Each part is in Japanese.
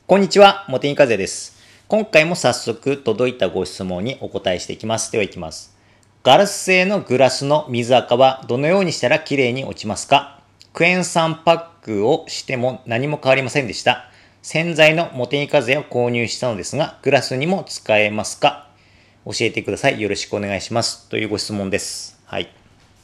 こんにちは、茂木和也です。今回も早速届いたご質問にお答えしていきます。では行きます。ガラス製のグラスの水垢はどのようにしたらきれいに落ちますか？クエン酸パックをしても何も変わりませんでした。洗剤の茂木和也を購入したのですが、グラスにも使えますか？教えてください。よろしくお願いします。というご質問です。はい。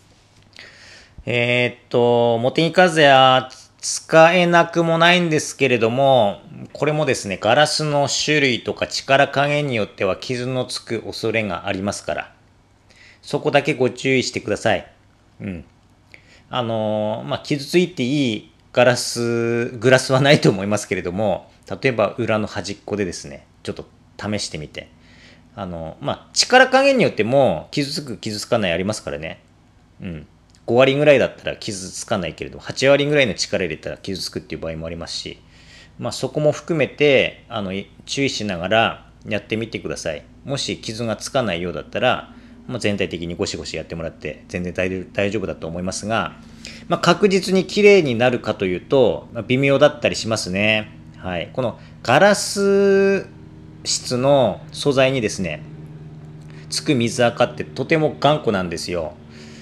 茂木和也使えなくもないんですけれども、これもですね、ガラスの種類とか力加減によっては傷のつく恐れがありますから、そこだけご注意してください。うん。傷ついていいグラスはないと思いますけれども、例えば裏の端っこでですね、ちょっと試してみて。力加減によっても傷つく傷つかないありますからね。うん。5割ぐらいだったら傷つかないけれど、8割ぐらいの力入れたら傷つくっていう場合もありますし、そこも含めて、注意しながらやってみてください。もし傷がつかないようだったら、全体的にゴシゴシやってもらって全然大丈夫だと思いますが、確実に綺麗になるかというと、微妙だったりしますね。はい。このガラス質の素材にですね、つく水垢ってとても頑固なんですよ。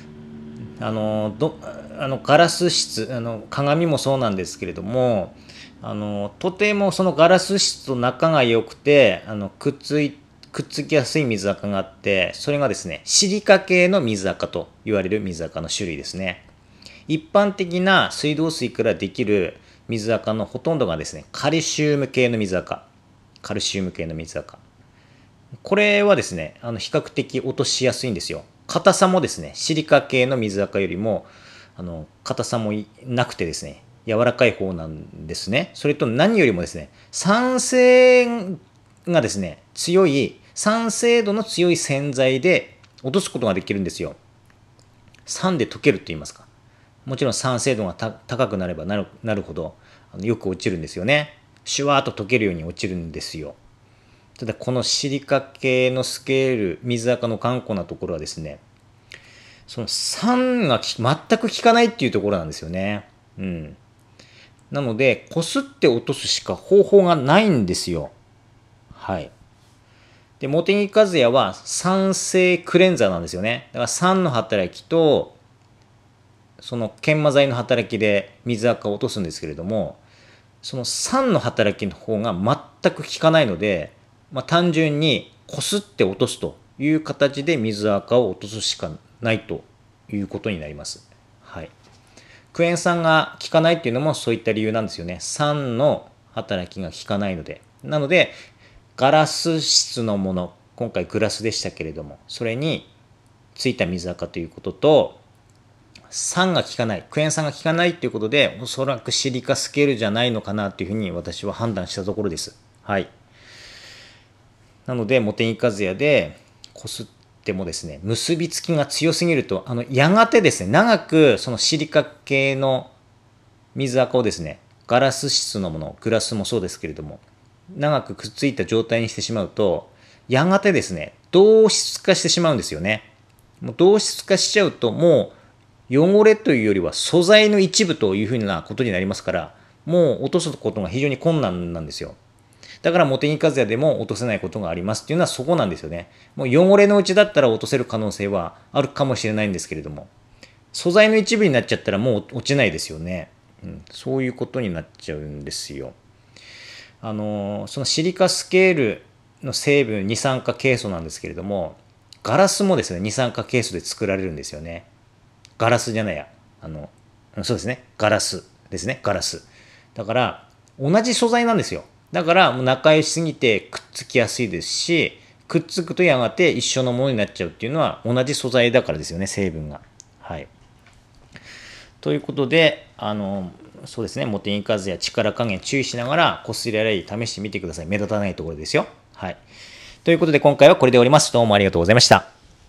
ガラス質、鏡もそうなんですけれども、とてもそのガラス質と仲が良くて、くっつきやすい水垢があって、それがですね、シリカ系の水垢と言われる水垢の種類ですね。一般的な水道水からできる水垢のほとんどがですね、カルシウム系の水垢。カルシウム系の水垢。これはですね、比較的落としやすいんですよ。硬さもですね、シリカ系の水垢よりも、硬さもなくてですね、柔らかい方なんですね。それと何よりもですね、酸性がですね、酸性度の強い洗剤で落とすことができるんですよ。酸で溶けると言いますか。もちろん酸性度が高くなればなるほどよく落ちるんですよね。シュワーっと溶けるように落ちるんですよ。ただこのシリカ系のスケール、水垢の頑固なところはですね、その酸が全く効かないっていうところなんですよね。うん。なので、こすって落とすしか方法がないんですよ。はい。で、茂木和也は酸性クレンザーなんですよね。だから酸の働きと、その研磨剤の働きで水垢を落とすんですけれども、その酸の働きの方が全く効かないので、単純にこすって落とすという形で水垢を落とすしかないということになります。はい。クエン酸が効かないっていうのもそういった理由なんですよね。酸の働きが効かないので。なので、ガラス質のもの、今回グラスでしたけれども、それについた水垢ということと、酸が効かない、クエン酸が効かないということで、おそらくシリカスケールじゃないのかなというふうに私は判断したところです。はい。なので、茂木和也でこすってもですね、結びつきが強すぎると、やがてですね、長くそのシリカ系の水垢をですね、ガラス質のもの、グラスもそうですけれども、長くくっついた状態にしてしまうと、やがてですね、同質化してしまうんですよね。もう同質化しちゃうと、もう汚れというよりは素材の一部というふうなことになりますから、もう落とすことが非常に困難なんですよ。だから茂木和也でも落とせないことがありますっていうのはそこなんですよね。もう汚れのうちだったら落とせる可能性はあるかもしれないんですけれども、素材の一部になっちゃったらもう落ちないですよね。そういうことになっちゃうんですよ。そのシリカスケールの成分二酸化ケイ素なんですけれども、ガラスもですね、二酸化ケイ素で作られるんですよね。ガラスじゃないや。そうですね。ガラスですね。ガラス。だから、同じ素材なんですよ。だから、仲良しすぎてくっつきやすいですし、くっつくとやがて一緒のものになっちゃうっていうのは同じ素材だからですよね、成分が。はい。ということで、そうですね、茂木和也力加減注意しながら、こすり洗い試してみてください。目立たないところですよ。はい。ということで、今回はこれで終わります。どうもありがとうございました。